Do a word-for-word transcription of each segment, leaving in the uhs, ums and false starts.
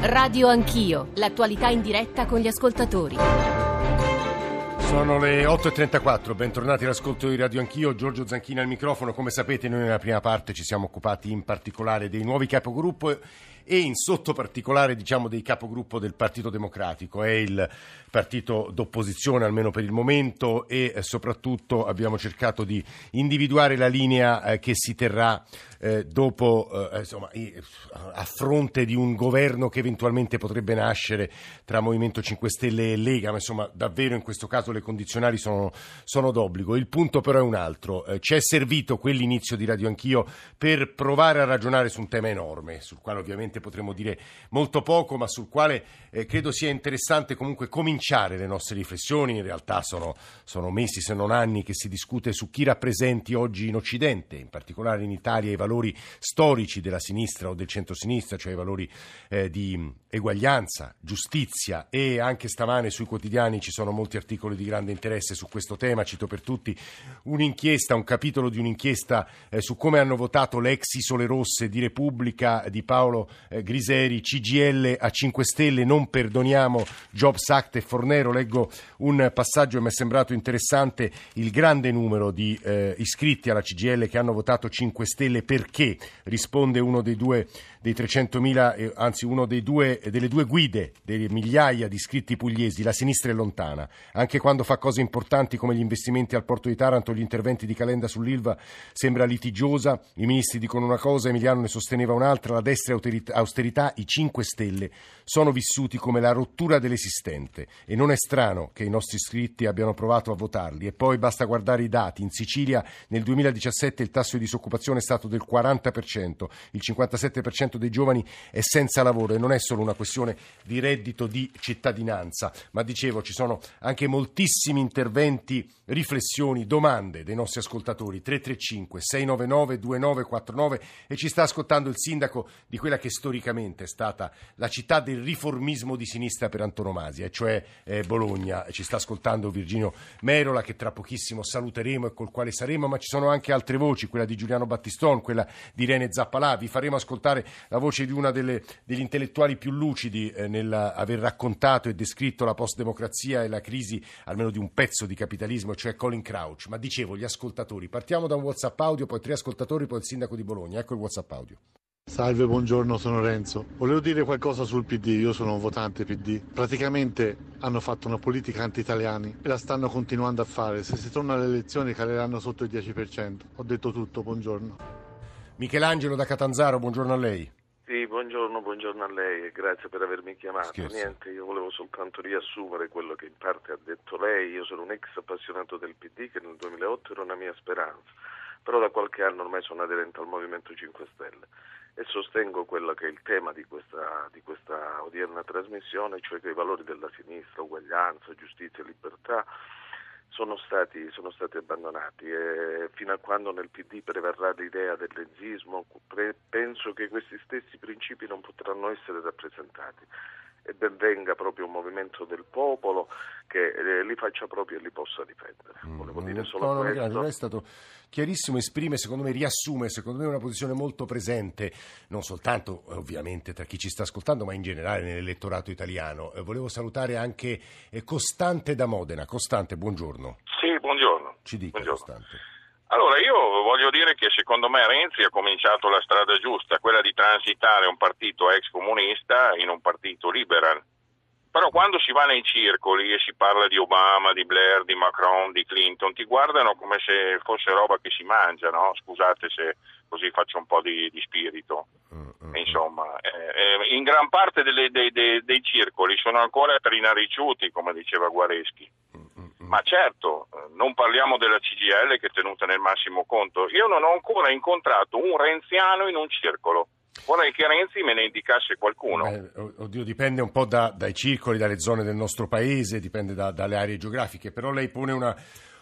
Radio Anch'io, l'attualità in diretta con gli ascoltatori. Sono le otto e trentaquattro, bentornati all'ascolto di Radio Anch'io, Giorgio Zanchini al microfono. Come sapete noi nella prima parte ci siamo occupati in particolare dei nuovi capogruppo e in sotto particolare diciamo dei capogruppo del Partito Democratico. È il partito d'opposizione almeno per il momento e eh, soprattutto abbiamo cercato di individuare la linea eh, che si terrà eh, dopo eh, insomma eh, a fronte di un governo che eventualmente potrebbe nascere tra Movimento cinque Stelle e Lega, ma insomma davvero in questo caso le condizionali sono, sono d'obbligo. Il punto però è un altro. Eh, ci è servito quell'inizio di Radio Anch'io per provare a ragionare su un tema enorme, sul quale ovviamente potremmo dire molto poco, ma sul quale eh, credo sia interessante comunque cominciare le nostre riflessioni. In realtà sono, sono mesi se non anni che si discute su chi rappresenti oggi in Occidente, in particolare in Italia, i valori storici della sinistra o del centrosinistra, cioè i valori eh, di eguaglianza, giustizia, e anche stamane sui quotidiani ci sono molti articoli di grande interesse su questo tema. Cito per tutti un'inchiesta, un capitolo di un'inchiesta eh, su come hanno votato le ex Isole Rosse di Repubblica di Paolo eh, Griseri, C G I L a cinque Stelle, non perdoniamo Jobs Act e Fornero. Leggo un passaggio che mi è sembrato interessante: il grande numero di eh, iscritti alla C G I L che hanno votato cinque Stelle perché, risponde uno dei due dei trecentomila, eh, anzi uno dei due delle due guide delle migliaia di iscritti pugliesi: la sinistra è lontana, anche quando fa cose importanti come gli investimenti al porto di Taranto, gli interventi di Calenda sull'Ilva sembra litigiosa, i ministri dicono una cosa, Emiliano ne sosteneva un'altra, la destra è austerità, i cinque Stelle sono vissuti come la rottura dell'esistente e non è strano che i nostri iscritti abbiano provato a votarli. E poi basta guardare i dati: in Sicilia nel duemiladiciassette il tasso di disoccupazione è stato del quaranta per cento, il cinquantasette per cento dei giovani è senza lavoro, e non è solo una questione di reddito di cittadinanza, ma dicevo ci sono anche moltissimi interventi, riflessioni, domande dei nostri ascoltatori. Tre tre cinque sei nove nove due nove quattro nove, e ci sta ascoltando il sindaco di quella che storicamente è stata la città del riformismo di sinistra per antonomasia, e cioè eh, Bologna. Ci sta ascoltando Virginio Merola, che tra pochissimo saluteremo e col quale saremo, ma ci sono anche altre voci, quella di Giuliano Battiston, quella di Irene Zappalà. Vi faremo ascoltare la voce di una delle, degli intellettuali più lucidi eh, nell'aver raccontato e descritto la post-democrazia e la crisi almeno di un pezzo di capitalismo, cioè Colin Crouch. Ma dicevo, gli ascoltatori, partiamo da un WhatsApp audio, poi tre ascoltatori, poi il sindaco di Bologna. Ecco il WhatsApp audio. Salve, buongiorno, sono Renzo. Volevo dire qualcosa sul P D, io sono un votante P D. Praticamente hanno fatto una politica anti-italiani e la stanno continuando a fare. Se si torna alle elezioni caleranno sotto il dieci per cento. Ho detto tutto, buongiorno. Michelangelo da Catanzaro, buongiorno a lei. Sì, buongiorno, buongiorno a lei e grazie per avermi chiamato. Scherzo. Niente, io volevo soltanto riassumere quello che in parte ha detto lei. Io sono un ex appassionato del P D che nel duemilaotto era una mia speranza, però da qualche anno ormai sono aderente al Movimento cinque Stelle e sostengo quello che è il tema di questa, di questa odierna trasmissione, cioè che i valori della sinistra, uguaglianza, giustizia e libertà, sono stati, sono stati abbandonati, e fino a quando nel P D prevarrà l'idea del lenzismo, pre- penso che questi stessi principi non potranno essere rappresentati. E ben venga proprio un movimento del popolo che eh, li faccia proprio e li possa difendere. Volevo Mm, dire solo no, no, questo. no, è stato chiarissimo, esprime, secondo me, riassume, secondo me, una posizione molto presente, non soltanto ovviamente tra chi ci sta ascoltando, ma in generale nell'elettorato italiano. Eh, volevo salutare anche eh, Costante da Modena. Costante, buongiorno. Sì, buongiorno. Ci dica, buongiorno. Costante. Allora, io voglio dire che secondo me Renzi ha cominciato la strada giusta, quella di transitare un partito ex comunista in un partito liberal. Però quando si va nei circoli e si parla di Obama, di Blair, di Macron, di Clinton, ti guardano come se fosse roba che si mangia, no? Scusate se così faccio un po' di, di spirito. Mm, mm, Insomma, eh, eh, in gran parte delle, dei, dei, dei circoli sono ancora trinariciuti, come diceva Guareschi. Ma certo, non parliamo della C G I L che è tenuta nel massimo conto. Io non ho ancora incontrato un renziano in un circolo. Vorrei che Renzi me ne indicasse qualcuno. Beh, oddio, dipende un po' da, dai circoli, dalle zone del nostro paese, dipende da, dalle aree geografiche, però lei pone una,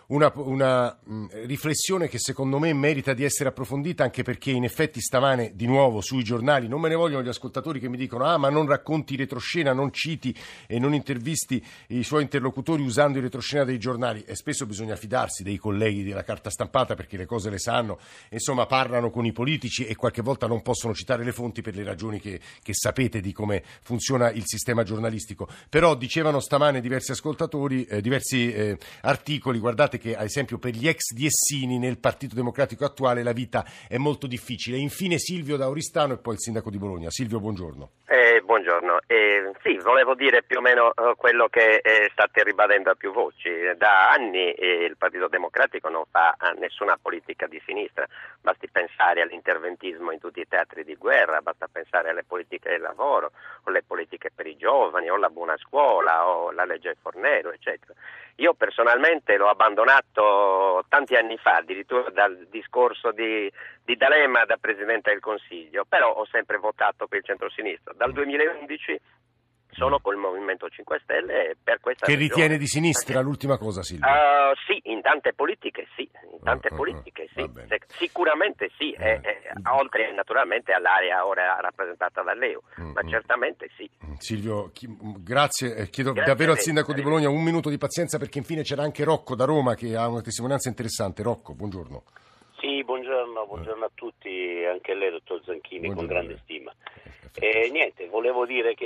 Una, una mh, riflessione che secondo me merita di essere approfondita, anche perché in effetti stamane di nuovo sui giornali non me ne vogliono gli ascoltatori che mi dicono ah ma non racconti retroscena, non citi e non intervisti i suoi interlocutori usando il retroscena dei giornali, e spesso bisogna fidarsi dei colleghi della carta stampata perché le cose le sanno, insomma parlano con i politici e qualche volta non possono citare le fonti per le ragioni che, che sapete di come funziona il sistema giornalistico. Però dicevano stamane diversi ascoltatori, eh, diversi eh, articoli, guardate che ad esempio per gli ex diessini nel Partito Democratico attuale la vita è molto difficile. Infine Silvio da Oristano e poi il sindaco di Bologna. Silvio, buongiorno. Eh, buongiorno, eh, sì, volevo dire più o meno eh, quello che eh, state ribadendo a più voci. Da anni eh, il Partito Democratico non fa eh, nessuna politica di sinistra, basti pensare all'interventismo in tutti i teatri di guerra, basta pensare alle politiche del lavoro, o le politiche per i giovani, o la buona scuola, o la legge Fornero, eccetera. Io personalmente l'ho abbandonato tanti anni fa, addirittura dal discorso di, di D'Alema da Presidente del Consiglio, però ho sempre votato per il centro-sinistra. Dal duemilaundici sono col Movimento cinque Stelle e per questa Che ragione. ritiene di sinistra? L'ultima cosa, Silvio. Uh, sì, in tante politiche sì, in tante uh, uh, politiche sì, uh, Se, sicuramente sì, eh, eh, eh, oltre naturalmente all'area ora rappresentata dall'E U, mm, ma mm. certamente sì. Silvio, chi, grazie, eh, chiedo Grazie davvero a al lei, sindaco di Bologna un minuto di pazienza perché infine c'era anche Rocco da Roma che ha una testimonianza interessante. Rocco, buongiorno. Sì, buongiorno, buongiorno a tutti, anche a lei dottor Zanchini, Buongiorno. con grande stima. E niente, volevo dire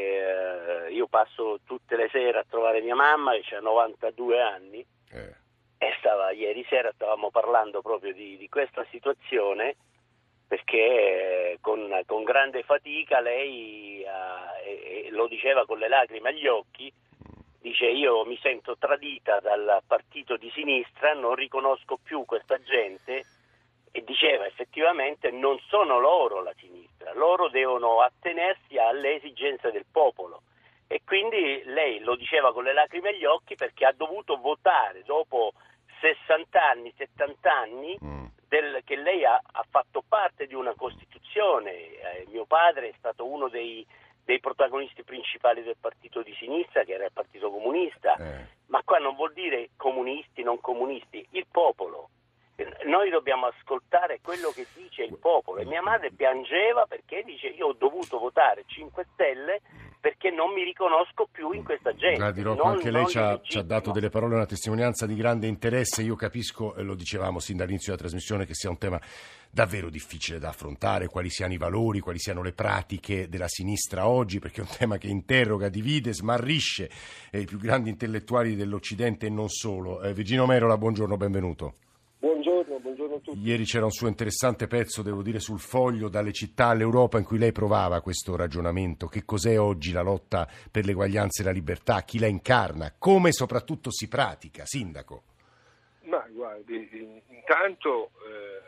che eh, io passo tutte le sere a trovare mia mamma che ha novantadue anni Eh. e stava, ieri sera stavamo parlando proprio di, di questa situazione perché eh, con, con grande fatica lei eh, e, e lo diceva con le lacrime agli occhi, dice io mi sento tradita dal partito di sinistra, non riconosco più questa gente. E diceva effettivamente non sono loro la sinistra, loro devono attenersi alle esigenze del popolo e quindi lei lo diceva con le lacrime agli occhi perché ha dovuto votare dopo sessanta anni, settanta anni Mm. del, che lei ha, ha fatto parte di una Costituzione, eh, mio padre è stato uno dei, dei protagonisti principali del partito di sinistra che era il Partito Comunista, Eh. ma qua non vuol dire comunisti, non comunisti, il popolo. Noi dobbiamo ascoltare quello che dice il popolo e mia madre piangeva perché dice io ho dovuto votare cinque Stelle perché non mi riconosco più in questa gente. Guardi Rocco, non, anche lei non ci ha, legittimo. ci ha dato delle parole, una testimonianza di grande interesse. Io capisco, e lo dicevamo sin dall'inizio della trasmissione, che sia un tema davvero difficile da affrontare, quali siano i valori, quali siano le pratiche della sinistra oggi, perché è un tema che interroga, divide, smarrisce eh, i più grandi intellettuali dell'Occidente e non solo. Eh, Virginio Merola, buongiorno, benvenuto. Buongiorno, buongiorno a tutti. Ieri c'era un suo interessante pezzo, devo dire, sul Foglio, dalle città all'Europa, in cui lei provava questo ragionamento. Che cos'è oggi la lotta per l'eguaglianza e la libertà? Chi la incarna? Come soprattutto si pratica, sindaco? Ma guardi, intanto eh,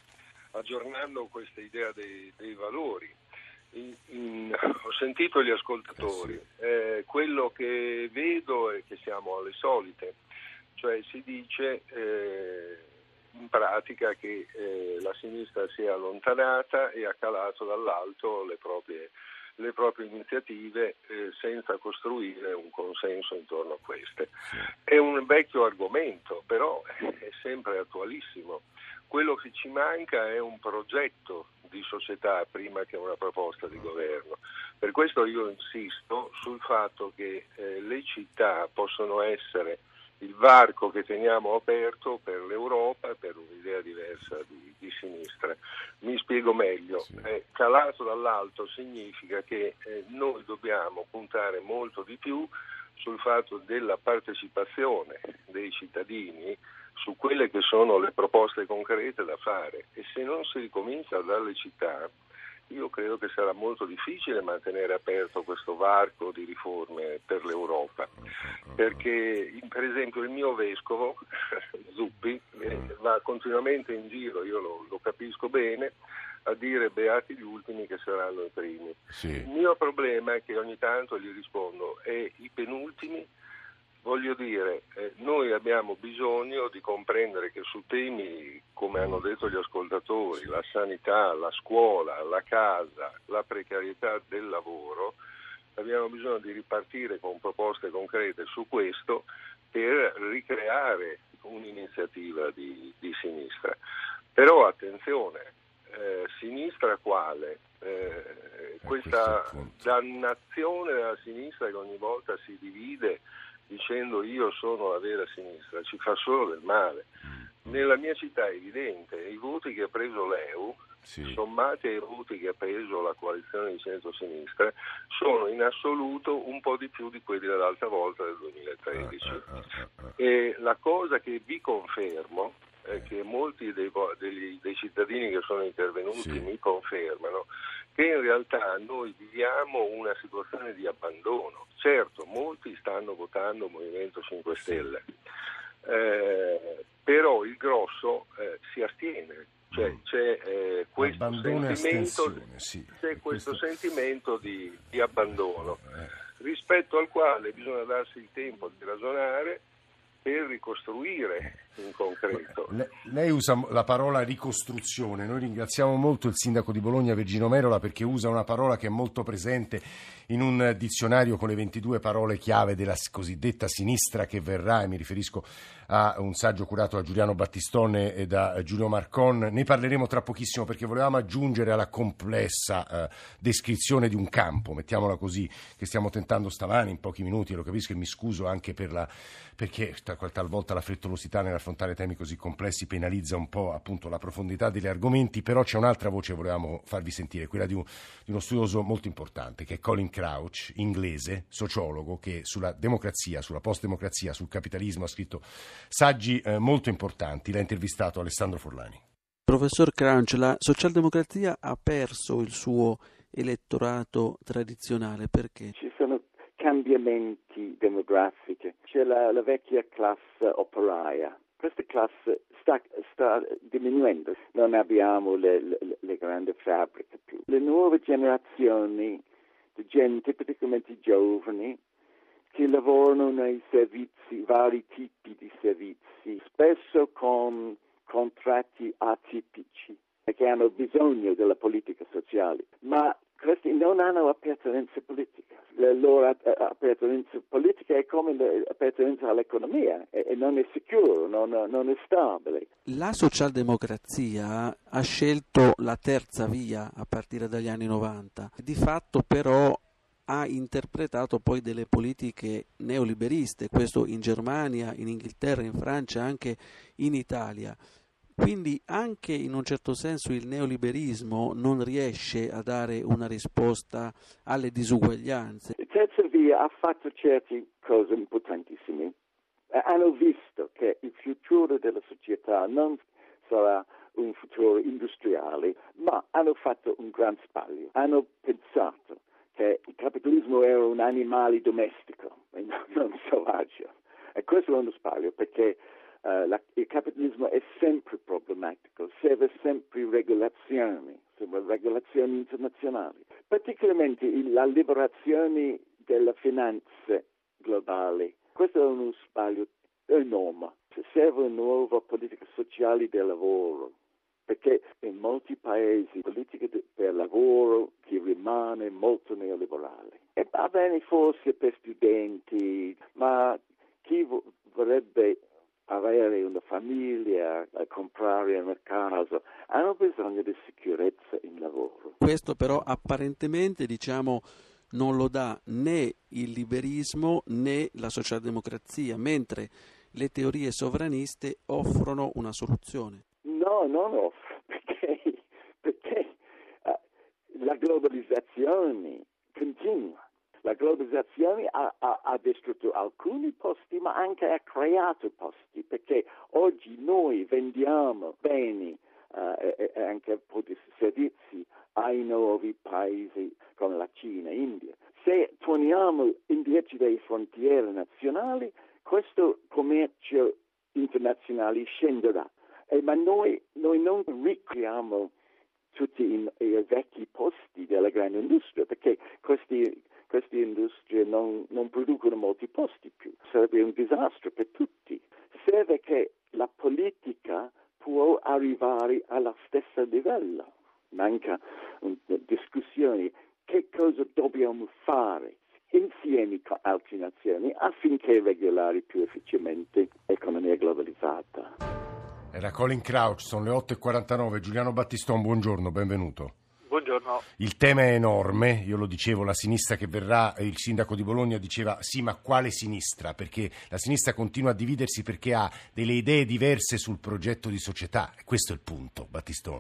aggiornando questa idea dei, dei valori, in, in, ho sentito gli ascoltatori, Eh sì. eh, quello che vedo è che siamo alle solite, cioè si dice eh, in pratica che eh, la sinistra si è allontanata e ha calato dall'alto le proprie, le proprie iniziative eh, senza costruire un consenso intorno a queste. È un vecchio argomento, però è sempre attualissimo. Quello che ci manca è un progetto di società prima che una proposta di governo. Per questo io insisto sul fatto che eh, le città possono essere il varco che teniamo aperto per l'Europa, per un'idea diversa di, di sinistra. Mi spiego meglio. Sì. Eh, calato dall'alto significa che eh, noi dobbiamo puntare molto di più sul fatto della partecipazione dei cittadini su quelle che sono le proposte concrete da fare, e se non si ricomincia dalle città io credo che sarà molto difficile mantenere aperto questo varco di riforme per l'Europa, perché per esempio il mio vescovo Zuppi eh, va continuamente in giro, io lo, lo capisco bene, a dire beati gli ultimi che saranno i primi. Sì. Il mio problema è che ogni tanto gli rispondo e i penultimi. Voglio dire, eh, noi abbiamo bisogno di comprendere che su temi, come hanno detto gli ascoltatori, la sanità, la scuola, la casa, la precarietà del lavoro, abbiamo bisogno di ripartire con proposte concrete su questo per ricreare un'iniziativa di, di sinistra. Però attenzione, eh, sinistra quale? Eh, questa dannazione della sinistra che ogni volta si divide dicendo io sono la vera sinistra ci fa solo del male. Nella mia città è evidente, i voti che ha preso l'E U, sì, sommati ai voti che ha preso la coalizione di centro-sinistra, sono in assoluto un po' di più di quelli dell'altra volta del duemilatredici. E la cosa che vi confermo è che molti dei, dei, dei cittadini che sono intervenuti sì. mi confermano che in realtà noi viviamo una situazione di abbandono. Certo, molti stanno votando Movimento cinque Stelle, eh, però il grosso eh, si astiene. Cioè, c'è eh, questo abbandono sentimento, sì. c'è questo, questo sentimento di, di abbandono, eh. rispetto al quale bisogna darsi il tempo di ragionare per ricostruire in concreto. Le, lei usa la parola ricostruzione. Noi ringraziamo molto il sindaco di Bologna, Virginio Merola, perché usa una parola che è molto presente in un dizionario con le ventidue parole chiave della cosiddetta sinistra che verrà, e mi riferisco a un saggio curato da Giuliano Battistone e da Giulio Marcon. Ne parleremo tra pochissimo, perché volevamo aggiungere alla complessa eh, descrizione di un campo, mettiamola così, che stiamo tentando stamani in pochi minuti, lo capisco e mi scuso anche per la perché talvolta la frettolosità nell'affrontare temi così complessi penalizza un po' appunto la profondità degli argomenti, però c'è un'altra voce che volevamo farvi sentire, quella di, un, di uno studioso molto importante, che è Colin Crouch, inglese, sociologo, che sulla democrazia, sulla post-democrazia, sul capitalismo ha scritto saggi eh, molto importanti. L'ha intervistato Alessandro Forlani. Professor Crouch, la socialdemocrazia ha perso il suo elettorato tradizionale, perché? Ci sono cambiamenti demografici, c'è la, la vecchia classe operaia, questa classe sta, sta diminuendo, non abbiamo le, le, le grandi fabbriche più. Le nuove generazioni di gente, praticamente giovani, che lavorano nei servizi, vari tipi di servizi, spesso con contratti atipici, che hanno bisogno della politica sociale, ma questi non hanno appartenenza politica. La loro appartenenza politica è come l'appartenenza all'economia e non è sicuro, non, non è stabile. La socialdemocrazia ha scelto la terza via a partire dagli anni novanta, di fatto però ha interpretato poi delle politiche neoliberiste, questo in Germania, in Inghilterra, in Francia, anche in Italia. Quindi anche in un certo senso il neoliberismo non riesce a dare una risposta alle disuguaglianze. La terza via ha fatto certe cose importantissime. Hanno visto che il futuro della società non sarà un futuro industriale, ma hanno fatto un gran sbaglio. Hanno pensato che il capitalismo era un animale domestico e non selvaggio. E questo è uno sbaglio, perché Uh, la, il capitalismo è sempre problematico, serve sempre regolazioni, serve regolazioni internazionali, particolarmente il, la liberazione della finanza globale. Questo è uno sbaglio enorme. Serve una nuova politica sociale del lavoro, perché in molti paesi la politica del lavoro che rimane molto neoliberale. E va bene forse per studenti, ma chi vo- vorrebbe avere una famiglia, a comprare una casa, hanno bisogno di sicurezza in lavoro. Questo però apparentemente, diciamo, non lo dà né il liberismo né la socialdemocrazia, mentre le teorie sovraniste offrono una soluzione. No, non offrono, perché, perché uh, la globalizzazione continua. La globalizzazione ha, ha, ha distrutto alcuni posti, ma anche ha creato posti, perché oggi noi vendiamo beni uh, e, e anche servizi ai nuovi paesi come la Cina e l'India. Se torniamo invece dalle frontiere nazionali, questo commercio internazionale scenderà. E, ma noi, noi non ricreiamo tutti i, i vecchi posti della grande industria, perché questi Queste industrie non, non producono molti posti più. Sarebbe un disastro per tutti. Serve che la politica può arrivare allo stesso livello. Manca una discussione. Che cosa dobbiamo fare? insieme con altre nazioni affinché regolare più efficacemente l'economia globalizzata. Era Colin Crouch, sono le otto e quarantanove. Giuliano Battiston, buongiorno, benvenuto. Buongiorno. Il tema è enorme, io lo dicevo, la sinistra che verrà, il sindaco di Bologna diceva sì, ma quale sinistra? Perché la sinistra continua a dividersi perché ha delle idee diverse sul progetto di società. Questo è il punto, Battiston.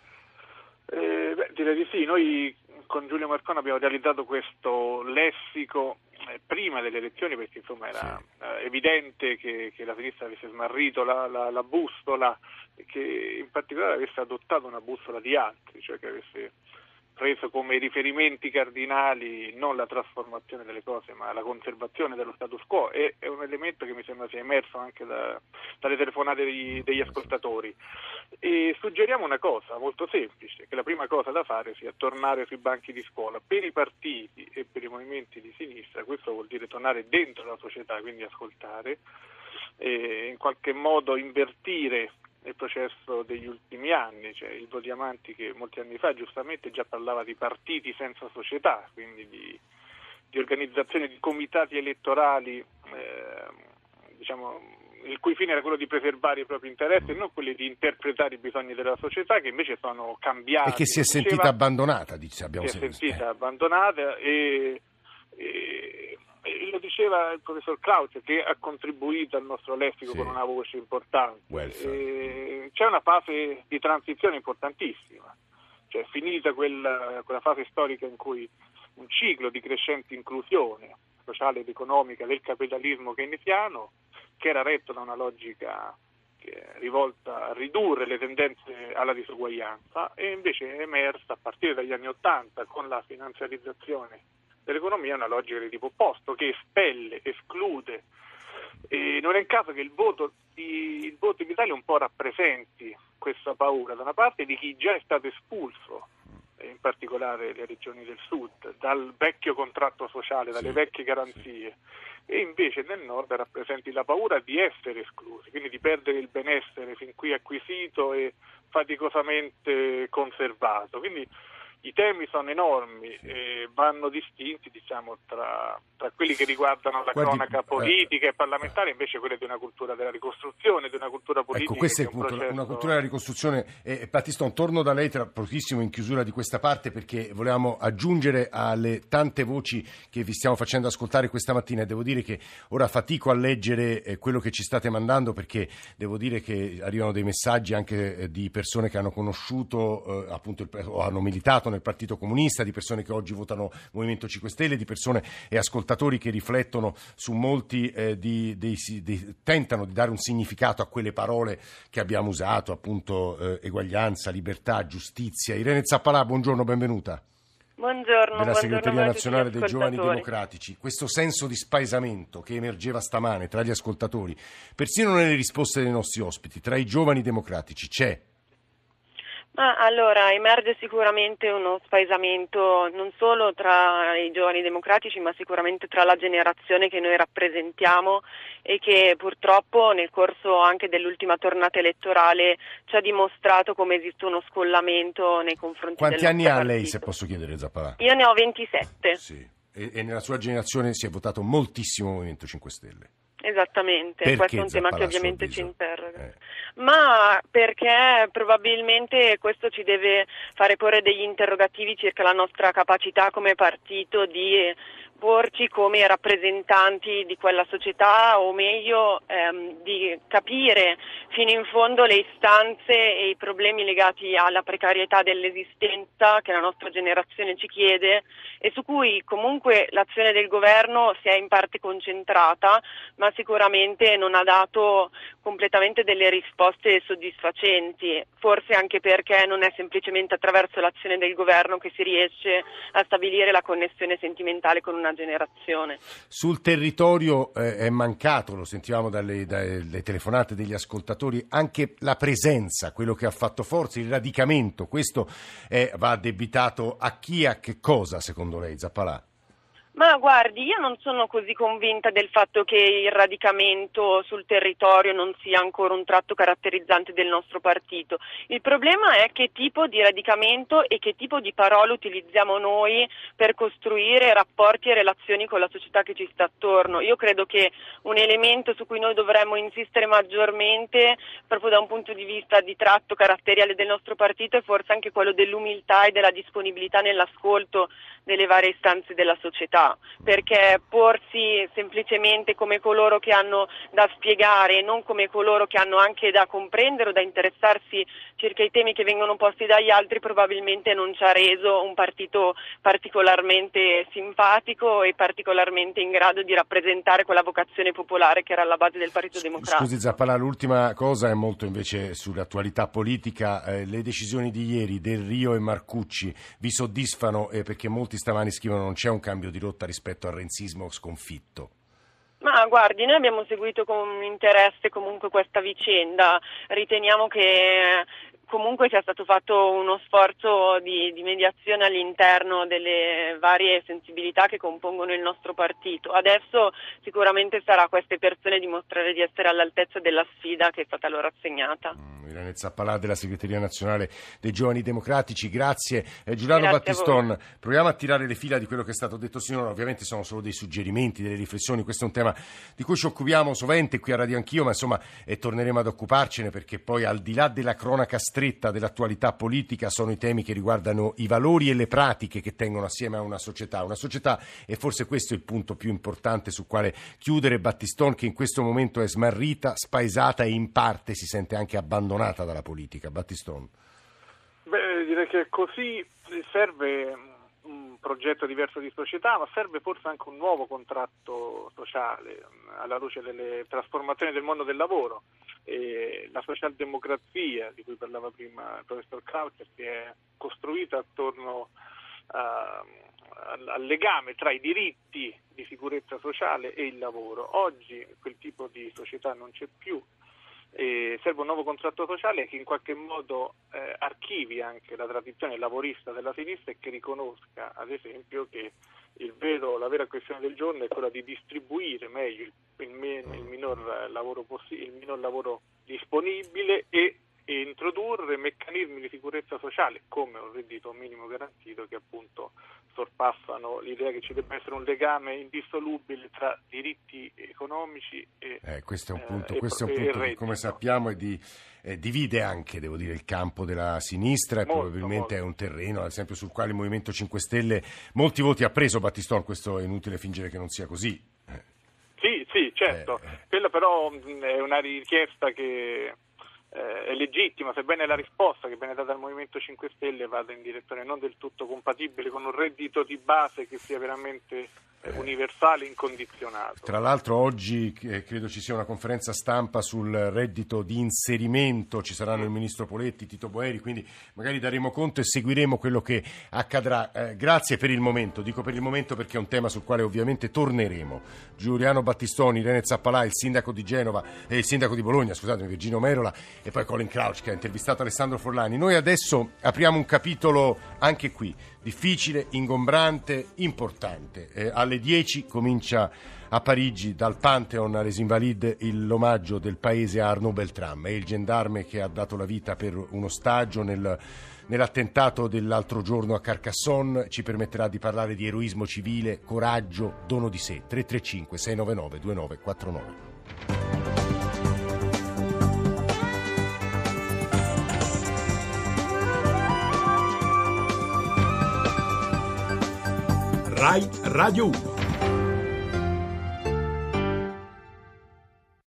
Eh, beh, direi di sì, noi con Giulio Marconi abbiamo realizzato questo lessico eh, prima delle elezioni perché insomma era sì. eh, evidente che, che la sinistra avesse smarrito la, la, la bussola e che in particolare avesse adottato una bussola di altri, cioè che avesse preso come riferimenti cardinali non la trasformazione delle cose ma la conservazione dello status quo. E è un elemento che mi sembra sia emerso anche da, dalle telefonate degli, degli ascoltatori. E suggeriamo una cosa molto semplice, che la prima cosa da fare sia tornare sui banchi di scuola. Per i partiti e per i movimenti di sinistra questo vuol dire tornare dentro la società, quindi ascoltare e in qualche modo invertire nel processo degli ultimi anni, cioè il Vodiamanti che molti anni fa giustamente già parlava di partiti senza società, quindi di, di organizzazioni di comitati elettorali eh, diciamo il cui fine era quello di preservare i propri interessi e non quelli di interpretare i bisogni della società, che invece sono cambiati. E che si è sentita diceva, abbandonata, dice, abbiamo si è sentito. sentita eh. abbandonata e, e E lo diceva il professor Crouch che ha contribuito al nostro lessico sì. con una voce importante. E c'è una fase di transizione importantissima, cioè finita quella, quella fase storica in cui un ciclo di crescente inclusione sociale ed economica del capitalismo keynesiano, che era retto da una logica che è rivolta a ridurre le tendenze alla disuguaglianza, e invece è emersa a partire dagli anni Ottanta con la finanziarizzazione dell'economia una logica di tipo opposto che espelle, esclude, e non è un caso che il voto, di, il voto in Italia un po' rappresenti questa paura da una parte di chi già è stato espulso, in particolare le regioni del sud, dal vecchio contratto sociale, dalle sì, vecchie garanzie, sì. e invece nel nord rappresenti la paura di essere esclusi, quindi di perdere il benessere fin qui acquisito e faticosamente conservato. Quindi i temi sono enormi e vanno distinti, diciamo, tra, tra quelli che riguardano la Guardi, cronaca politica eh, e parlamentare, invece quelle di una cultura della ricostruzione, di una cultura politica. Ecco, questo è il un punto, processo... una cultura della ricostruzione. Eh, Battiston, torno da lei tra pochissimo in chiusura di questa parte, perché volevamo aggiungere alle tante voci che vi stiamo facendo ascoltare questa mattina, e devo dire che ora fatico a leggere eh, quello che ci state mandando, perché devo dire che arrivano dei messaggi anche eh, di persone che hanno conosciuto eh, appunto il, o hanno militato nel Partito Comunista, di persone che oggi votano Movimento cinque Stelle, di persone e ascoltatori che riflettono su molti eh, di, dei, di, tentano di dare un significato a quelle parole che abbiamo usato, appunto eh, eguaglianza, libertà, giustizia. Irene Zappalà, buongiorno, benvenuta. Buongiorno. Della Segreteria buongiorno Nazionale dei Giovani Democratici. Questo senso di spaesamento che emergeva stamane tra gli ascoltatori, persino nelle risposte dei nostri ospiti, tra i giovani democratici c'è? Ma allora emerge sicuramente uno spaesamento non solo tra i giovani democratici, ma sicuramente tra la generazione che noi rappresentiamo e che purtroppo nel corso anche dell'ultima tornata elettorale ci ha dimostrato come esiste uno scollamento nei confronti del Quanti anni nostro ha partito. lei, se posso chiedere, Zappalà? Io ne ho ventisette. Sì. E, e nella sua generazione si è votato moltissimo Movimento cinque Stelle. Esattamente, perché, questo è un Zappalà, tema che ovviamente ci interroga. Eh. Ma perché probabilmente questo ci deve fare porre degli interrogativi circa la nostra capacità come partito di porci come rappresentanti di quella società, o meglio ehm, di capire fino in fondo le istanze e i problemi legati alla precarietà dell'esistenza che la nostra generazione ci chiede e su cui comunque l'azione del governo si è in parte concentrata, ma sicuramente non ha dato completamente delle risposte soddisfacenti, forse anche perché non è semplicemente attraverso l'azione del governo che si riesce a stabilire la connessione sentimentale con una generazione. Sul territorio eh, è mancato, lo sentivamo dalle, dalle telefonate degli ascoltatori, anche la presenza, quello che ha fatto forza, il radicamento. Questo è, va addebitato a chi, a che cosa, secondo lei, Zappalà? Ma guardi, io non sono così convinta del fatto che il radicamento sul territorio non sia ancora un tratto caratterizzante del nostro partito. Il problema è che tipo di radicamento e che tipo di parole utilizziamo noi per costruire rapporti e relazioni con la società che ci sta attorno. Io credo che un elemento su cui noi dovremmo insistere maggiormente, proprio da un punto di vista di tratto caratteriale del nostro partito, è forse anche quello dell'umiltà e della disponibilità nell'ascolto delle varie istanze della società, perché porsi semplicemente come coloro che hanno da spiegare e non come coloro che hanno anche da comprendere o da interessarsi circa i temi che vengono posti dagli altri probabilmente non ci ha reso un partito particolarmente simpatico e particolarmente in grado di rappresentare quella vocazione popolare che era alla base del Partito Democratico. Scusi Zappalà, l'ultima cosa è molto invece sull'attualità politica. Eh, le decisioni di ieri Del Rio e Marcucci vi soddisfano? Eh, perché molti stamani scrivono non c'è un cambio di rotta rispetto al renzismo sconfitto. Ma guardi, noi abbiamo seguito con interesse comunque questa vicenda, riteniamo che comunque sia stato fatto uno sforzo di, di mediazione all'interno delle varie sensibilità che compongono il nostro partito. Adesso sicuramente sarà a queste persone dimostrare di essere all'altezza della sfida che è stata loro assegnata. Mm, Irene Zappalà della Segreteria Nazionale dei Giovani Democratici, grazie. Eh, Giuliano Grazie Battiston, proviamo a tirare le fila di quello che è stato detto sinora. Ovviamente sono solo dei suggerimenti, delle riflessioni, questo è un tema di cui ci occupiamo sovente qui a Radio Anch'io, ma insomma e torneremo ad occuparcene, perché poi al di là della cronaca stretta dell'attualità politica sono i temi che riguardano i valori e le pratiche che tengono assieme a una società. Una società, e forse questo è il punto più importante su quale chiudere, Battiston, che in questo momento è smarrita, spaesata e in parte si sente anche abbandonata dalla politica. Battiston. Beh, direi che così serve un progetto diverso di società, ma serve forse anche un nuovo contratto sociale alla luce delle trasformazioni del mondo del lavoro. E la socialdemocrazia di cui parlava prima il professor Krauser si è costruita attorno a, al legame tra i diritti di sicurezza sociale e il lavoro. Oggi quel tipo di società non c'è più. E serve un nuovo contratto sociale che in qualche modo eh, archivi anche la tradizione lavorista della sinistra e che riconosca, ad esempio, che il vero, la vera questione del giorno è quella di distribuire meglio il, il, il, minor, lavoro possi- il minor lavoro disponibile e, e introdurre meccanismi di sicurezza sociale come un reddito minimo garantito che appunto sorpassano l'idea che ci debba essere un legame indissolubile tra diritti economici e eh, questo è un punto, eh, questo è un punto che, come sappiamo, è di, eh, divide anche, devo dire, il campo della sinistra e molto, probabilmente molto. È un terreno, ad esempio, sul quale il Movimento cinque Stelle molti voti ha preso. Battiston, questo è inutile fingere che non sia così. Eh. Sì, sì, certo. Eh. Quella però è una richiesta che Eh, è legittima, sebbene la risposta che viene data dal Movimento cinque Stelle vada in direzione non del tutto compatibile con un reddito di base che sia veramente eh, universale, incondizionato. Tra l'altro oggi eh, credo ci sia una conferenza stampa sul reddito di inserimento, ci saranno mm. il Ministro Poletti, Tito Boeri, quindi magari daremo conto e seguiremo quello che accadrà. Eh, grazie per il momento, dico per il momento perché è un tema sul quale ovviamente torneremo. Giuliano Battistoni, Irene Zappalà, il sindaco di Genova, eh, il sindaco di Bologna, scusatemi, Virginio Merola, e poi Colin Crouch che ha intervistato Alessandro Forlani. Noi adesso apriamo un capitolo anche qui, difficile, ingombrante, importante. Eh, alle dieci comincia a Parigi dal Pantheon à les Invalides l'omaggio del paese a Arnaud Beltrame, è il gendarme che ha dato la vita per un ostaggio nel, nell'attentato dell'altro giorno a Carcassonne. Ci permetterà di parlare di eroismo civile, coraggio, dono di sé. tre tre cinque sei nove nove due nove quattro nove. Rai Radio uno.